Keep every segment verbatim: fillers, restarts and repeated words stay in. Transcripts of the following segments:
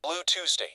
Blue Tuesday。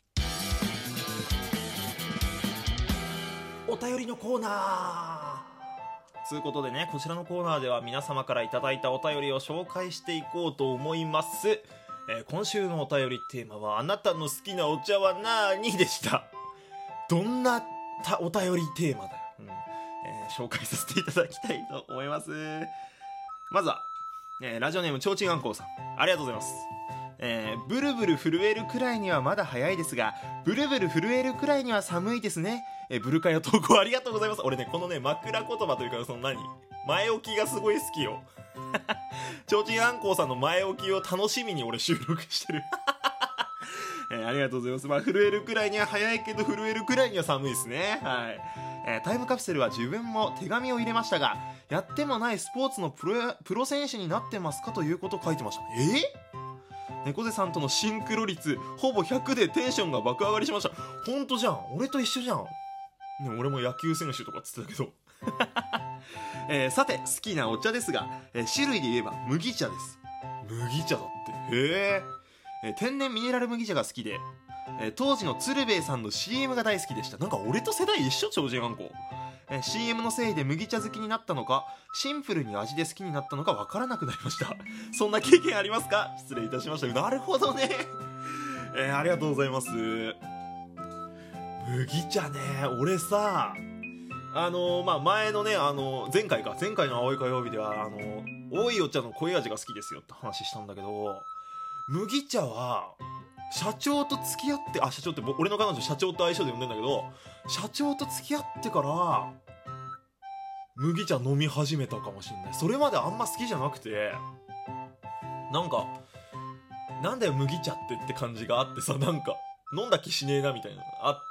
お便りのコーナーということでね、こちらのコーナーでは皆様からいただいたお便りを紹介していこうと思います。えー、今週のお便りテーマはあなたの好きなお茶はなーにでした。どんなたお便りテーマだよ、うんえー、紹介させていただきたいと思います。まずは、えー、ラジオネームちょうちんあんこうさん、ありがとうございます。えー、ブルブル震えるくらいにはまだ早いですが、ブルブル震えるくらいには寒いですね。えー、ブルカヨ投稿ありがとうございます。俺ね、このね、枕言葉というか、その何前置きがすごい好きよ。ちょうちんあんこうさんの前置きを楽しみに俺収録してる。えー、ありがとうございます。まあ、震えるくらいには早いけど、震えるくらいには寒いですね。はい。えー、タイムカプセルは自分も手紙を入れましたが、やってもないスポーツのプロ、プロ選手になってますかということを書いてました。えー猫背さんとのシンクロ率ほぼひゃくでテンションが爆上がりしました。ほんとじゃん、俺と一緒じゃん、ね、俺も野球選手とかっつってたけど、えー、さて好きなお茶ですが、えー、種類で言えば麦茶です。麦茶だって。へえー、天然ミネラル麦茶が好きで、えー、当時の鶴瓶さんの シーエム が大好きでした。なんか俺と世代一緒、超人あんこ。えー、シーエム のせいで麦茶好きになったのか、シンプルに味で好きになったのか分からなくなりました。そんな経験ありますか？失礼いたしました。なるほどね。えー、ありがとうございます。麦茶ね、俺さ、あのー、まあ前のね、あのー、前回か前回の青い火曜日ではあのー、多いお茶の濃い味が好きですよって話したんだけど、麦茶は社長と付き合って、あ、社長って俺の彼女社長と相性で呼んでんだけど、社長と付き合ってから麦茶飲み始めたかもしんない。それまであんま好きじゃなくて、なんかなんだよ麦茶ってって感じがあってさ、なんか飲んだ気しねえなみたいなのがあって、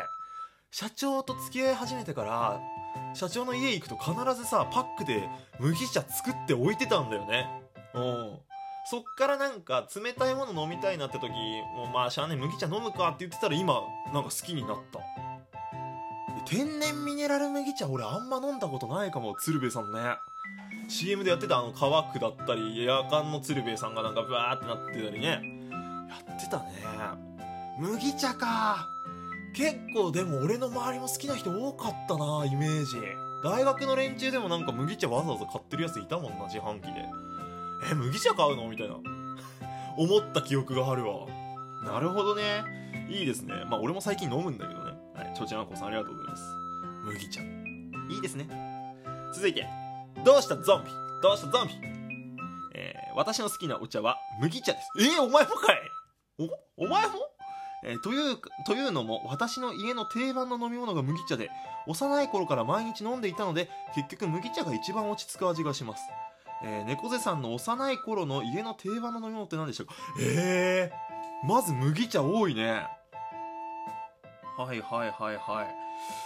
社長と付き合い始めてから社長の家行くと必ずさパックで麦茶作って置いてたんだよね。うん。そっからなんか冷たいもの飲みたいなって時、もうまあしゃあね麦茶飲むかって言ってたら今なんか好きになった。天然ミネラル麦茶俺あんま飲んだことないかも。鶴瓶さんね シーエム でやってたあの川区だったり夜間の鶴瓶さんがなんかバーってなってたりね、やってたね。麦茶か。結構でも俺の周りも好きな人多かったな、イメージ。大学の連中でもなんか麦茶わざわざ買ってるやついたもんな、自販機で。え、麦茶買うのみたいな思った記憶があるわ。なるほどね、いいですね。まあ俺も最近飲むんだけどね。はい、ちょうちんあんこさんありがとうございます。麦茶いいですね。続いて、どうしたゾンビ、どうしたゾンビ。えー、私の好きなお茶は麦茶です。えー、お前もかい。おお前も、えー、というというのも私の家の定番の飲み物が麦茶で、幼い頃から毎日飲んでいたので結局麦茶が一番落ち着く味がします。えー、猫背さんの幼い頃の家の定番の飲み物って何でしょうか。えー、まず麦茶多いね。はいはいはいはい。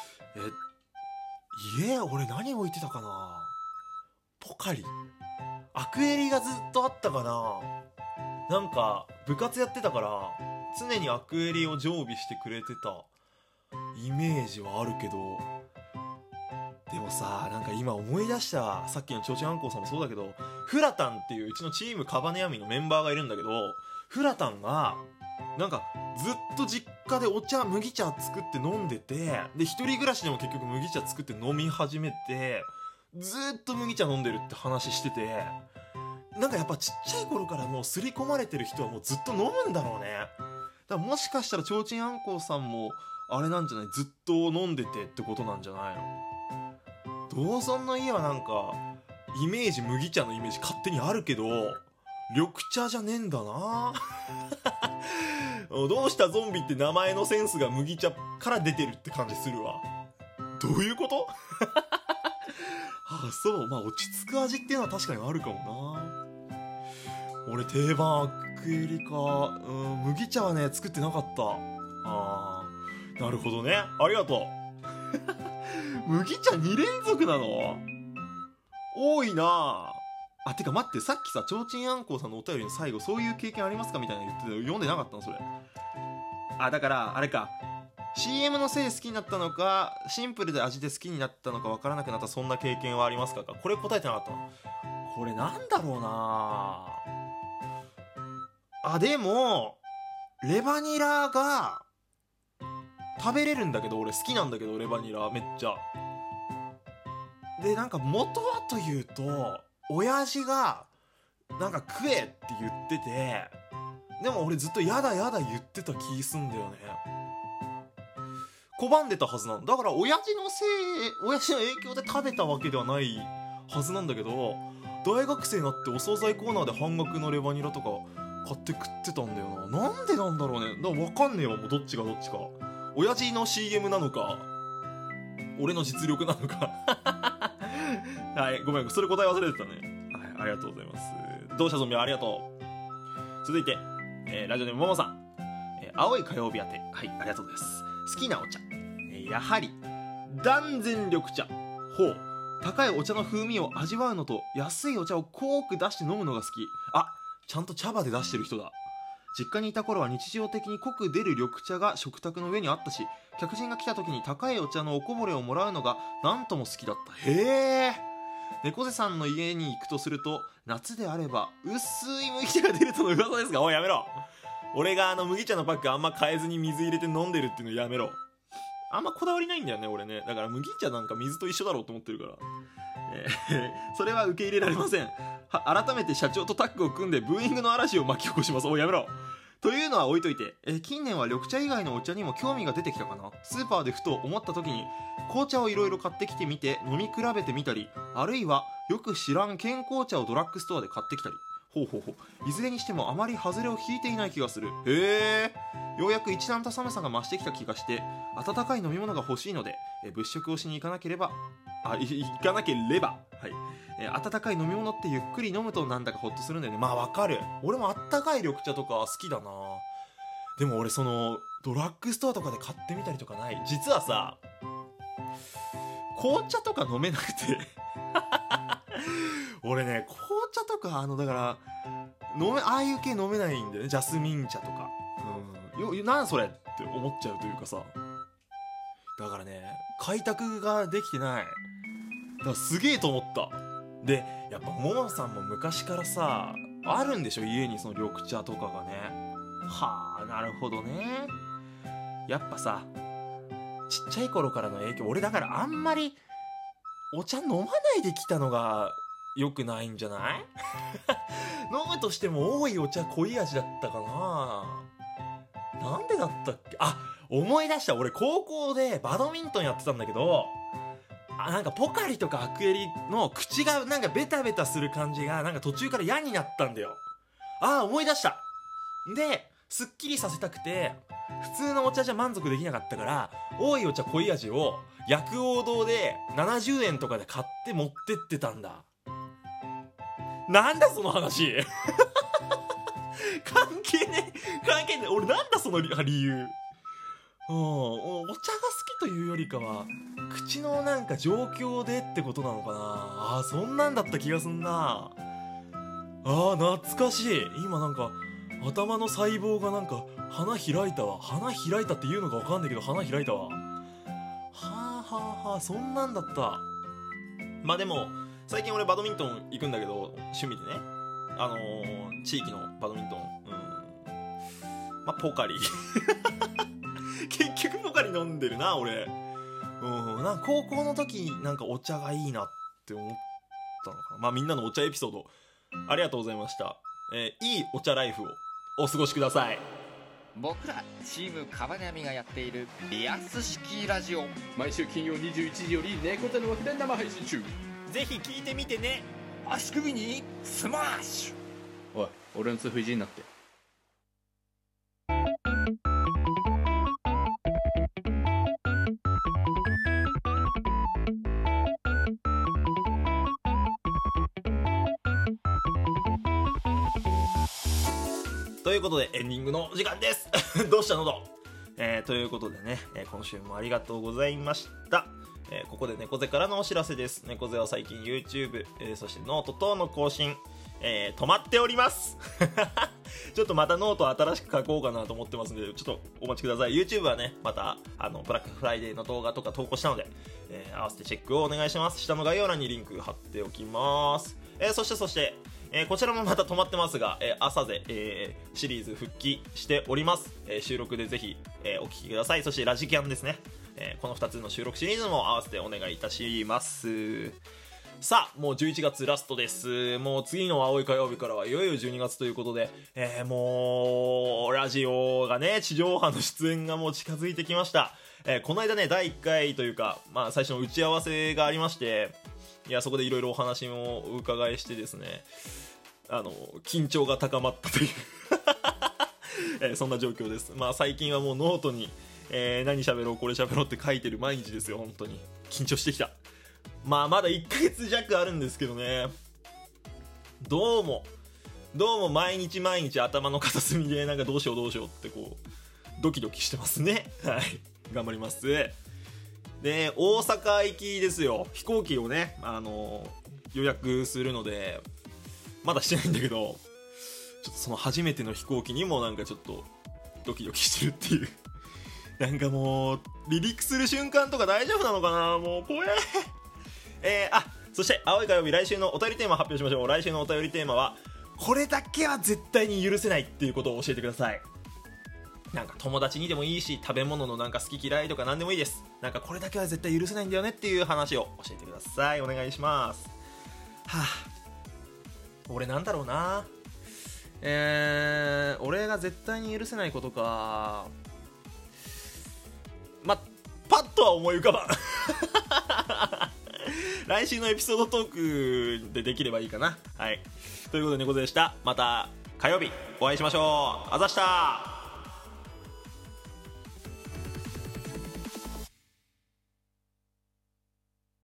え、家俺何置いてたかな。ポカリ、アクエリがずっとあったかな。なんか部活やってたから常にアクエリを常備してくれてたイメージはあるけど、でもさ、なんか今思い出した。さっきのちょうちんあんこうさんもそうだけど、フラタンっていううちのチームカバネヤミのメンバーがいるんだけど、フラタンがなんかずっと実家でお茶麦茶作って飲んでて、で一人暮らしでも結局麦茶作って飲み始めて、ずっと麦茶飲んでるって話してて、なんかやっぱちっちゃい頃からもう刷り込まれてる人はもうずっと飲むんだろうね。だからもしかしたらちょうちんあんこうさんもあれなんじゃない、ずっと飲んでてってことなんじゃないの。同村の家はなんかイメージ麦茶のイメージ勝手にあるけど、緑茶じゃねえんだな。どうしたゾンビって名前のセンスが麦茶から出てるって感じするわ。どういうこと？ああ、そう。まあ落ち着く味っていうのは確かにあるかもな。俺定番アクエリか。うん、麦茶はね作ってなかった。ああ、なるほどね、ありがとう。麦茶に連続なの多いなあ。てか待って、さっきさちょうちんあんこうさんのお便りの最後、そういう経験ありますかみたいな言ってたよ。読んでなかったのそれ。あ、だからあれか、 シーエム のせいで好きになったのかシンプルで味で好きになったのか分からなくなった、そんな経験はありますかか。これ答えてなかったの。これなんだろうなあ。でもレバニラが食べれるんだけど、俺好きなんだけどレバニラめっちゃで、なんか元はというと親父がなんか食えって言ってて、でも俺ずっとやだやだ言ってた気すんだよね。拒んでたはずなんだから、親父のせい親父の影響で食べたわけではないはずなんだけど、大学生になってお惣菜コーナーで半額のレバニラとか買って食ってたんだよな。なんでなんだろうね。だから分かんねえわ、もうどっちがどっちか。親父の シーエム なのか俺の実力なのかはい、ごめん、それ答え忘れてたね。はい、ありがとうございます。同社ゾンビありがとう。続いて、えー、ラジオネームももさん、えー、青い火曜日宛て、はい、ありがとうございます。好きなお茶、えー、やはり断然緑茶。ほう、高いお茶の風味を味わうのと安いお茶を濃く出して飲むのが好き。あ、ちゃんと茶葉で出してる人だ。実家にいた頃は日常的に濃く出る緑茶が食卓の上にあったし、客人が来た時に高いお茶のおこぼれをもらうのがなんとも好きだった。へえ。猫背さんの家に行くとすると、夏であれば薄い麦茶が出るとの噂ですが、おいやめろ。俺があの麦茶のパックあんま変えずに水入れて飲んでるっていうのやめろ。あんまこだわりないんだよね俺ね。だから麦茶なんか水と一緒だろうと思ってるから、えー、それは受け入れられません。は改めて社長とタッグを組んでブーイングの嵐を巻き起こします。おいやめろ。というのは置いといて、えー、近年は緑茶以外のお茶にも興味が出てきたかな。スーパーでふと思った時に紅茶をいろいろ買ってきてみて飲み比べてみたり、あるいはよく知らん健康茶をドラッグストアで買ってきたり、ほうほうほう、いずれにしてもあまり外れを引いていない気がする。へえ。ようやく一段と寒さが増してきた気がして、温かい飲み物が欲しいので、え物色をしに行かなければあい行かなければはい、え温かい飲み物ってゆっくり飲むとなんだかホッとするんだよね。まあわかる、俺もあったかい緑茶とか好きだな。でも俺そのドラッグストアとかで買ってみたりとかない。実はさ、紅茶とか飲めなくて俺ね、紅茶とかあのだから飲めああいう系飲めないんだよね。ジャスミン茶とか、うん、よなんそれって思っちゃうというかさ、だからね開拓ができてない。だからすげえと思った。でやっぱももさんも昔からさあるんでしょ、家にその緑茶とかがね。はあ、なるほどね。やっぱさちっちゃい頃からの影響、俺だからあんまりお茶飲まないできたのが良くないんじゃない飲むとしても多いお茶濃い味だったかな。なんでだったっけ。あ、思い出した。俺高校でバドミントンやってたんだけど、あなんかポカリとかアクエリの口がなんかベタベタする感じがなんか途中から嫌になったんだよ。ああ、思い出した。ですっきりさせたくて普通のお茶じゃ満足できなかったから、多いお茶濃い味を薬王堂でななじゅうえんとかで買って持ってってたんだ。なんだその話関係ねえ関係ねえ。俺なんだその理由。うん、お茶が好きというよりかは口のなんか状況でってことなのかな。あー、そんなんだった気がすんな。あー、懐かしい。今なんか頭の細胞がなんか花開いたわ。花開いたって言うのか分かんないけど花開いたわ。はあはあはあ、そんなんだった。まあでも最近俺バドミントン行くんだけど、趣味でね、あのー、地域のバドミントン、うん、まあポカリ結局ポカリ飲んでるな俺。うん、なんか高校の時なんかお茶がいいなって思ったのかな。まあみんなのお茶エピソードありがとうございました。えー、いいお茶ライフをお過ごしください。 僕らチームカバネアミがやっているリアス式ラジオ、 毎週金曜にじゅういちじより猫背の枠で生配信中。 ぜひ聞いてみてね。 足首にスマッシュ。おい、俺の痛風いじんなって。 ということでエンディングの時間ですどうしたのと、えー、ということでね、えー、今週もありがとうございました。えー、ここで猫背からのお知らせです。猫背は最近 YouTube、えー、そしてノート等の更新、えー、止まっておりますちょっとまたノート新しく書こうかなと思ってますので、ちょっとお待ちください。 YouTube はねまたあのブラックフライデーの動画とか投稿したので、えー、合わせてチェックをお願いします。下の概要欄にリンク貼っておきます。えー、そしてそしてえー、こちらもまた止まってますが、えー、朝で、えー、シリーズ復帰しております。えー、収録でぜひ、えー、お聞きください。そしてラジキャンですね、えー、このふたつの収録シリーズも合わせてお願いいたします。さあもうじゅういちがつラストです。もう次の青い火曜日からはいよいよじゅうにがつということで、えー、もうラジオがね、地上波の出演がもう近づいてきました。えー、この間ねだいいっかいというか、まあ、最初の打ち合わせがありまして、いやそこでいろいろお話もお伺いしてですね、あの緊張が高まったという、えー、そんな状況です。まあ最近はもうノートに、えー、何喋ろうこれ喋ろうって書いてる毎日ですよ。本当に緊張してきた。まあまだいっかげつ弱あるんですけどね、どうもどうも毎日毎日頭の片隅でなんかどうしようどうしようってこうドキドキしてますね。はい、頑張ります。で大阪行きですよ。飛行機をね、あの予約するのでまだしてないんだけど、ちょっとその初めての飛行機にもなんかちょっとドキドキしてるっていうなんかもう離陸する瞬間とか大丈夫なのかな、もう怖え。えー、あそして青い火曜日、来週のお便りテーマ発表しましょう。来週のお便りテーマはこれだけは絶対に許せないっていうことを教えてください。なんか友達にでもいいし、食べ物のなんか好き嫌いとか何でもいいです。なんかこれだけは絶対許せないんだよねっていう話を教えてください。お願いします。はあ、俺なんだろうな、えー、俺が絶対に許せないことか、ま、パッとは思い浮かばん来週のエピソードトークでできればいいかな。はい、ということで猫背でした。また火曜日お会いしましょう。あざした。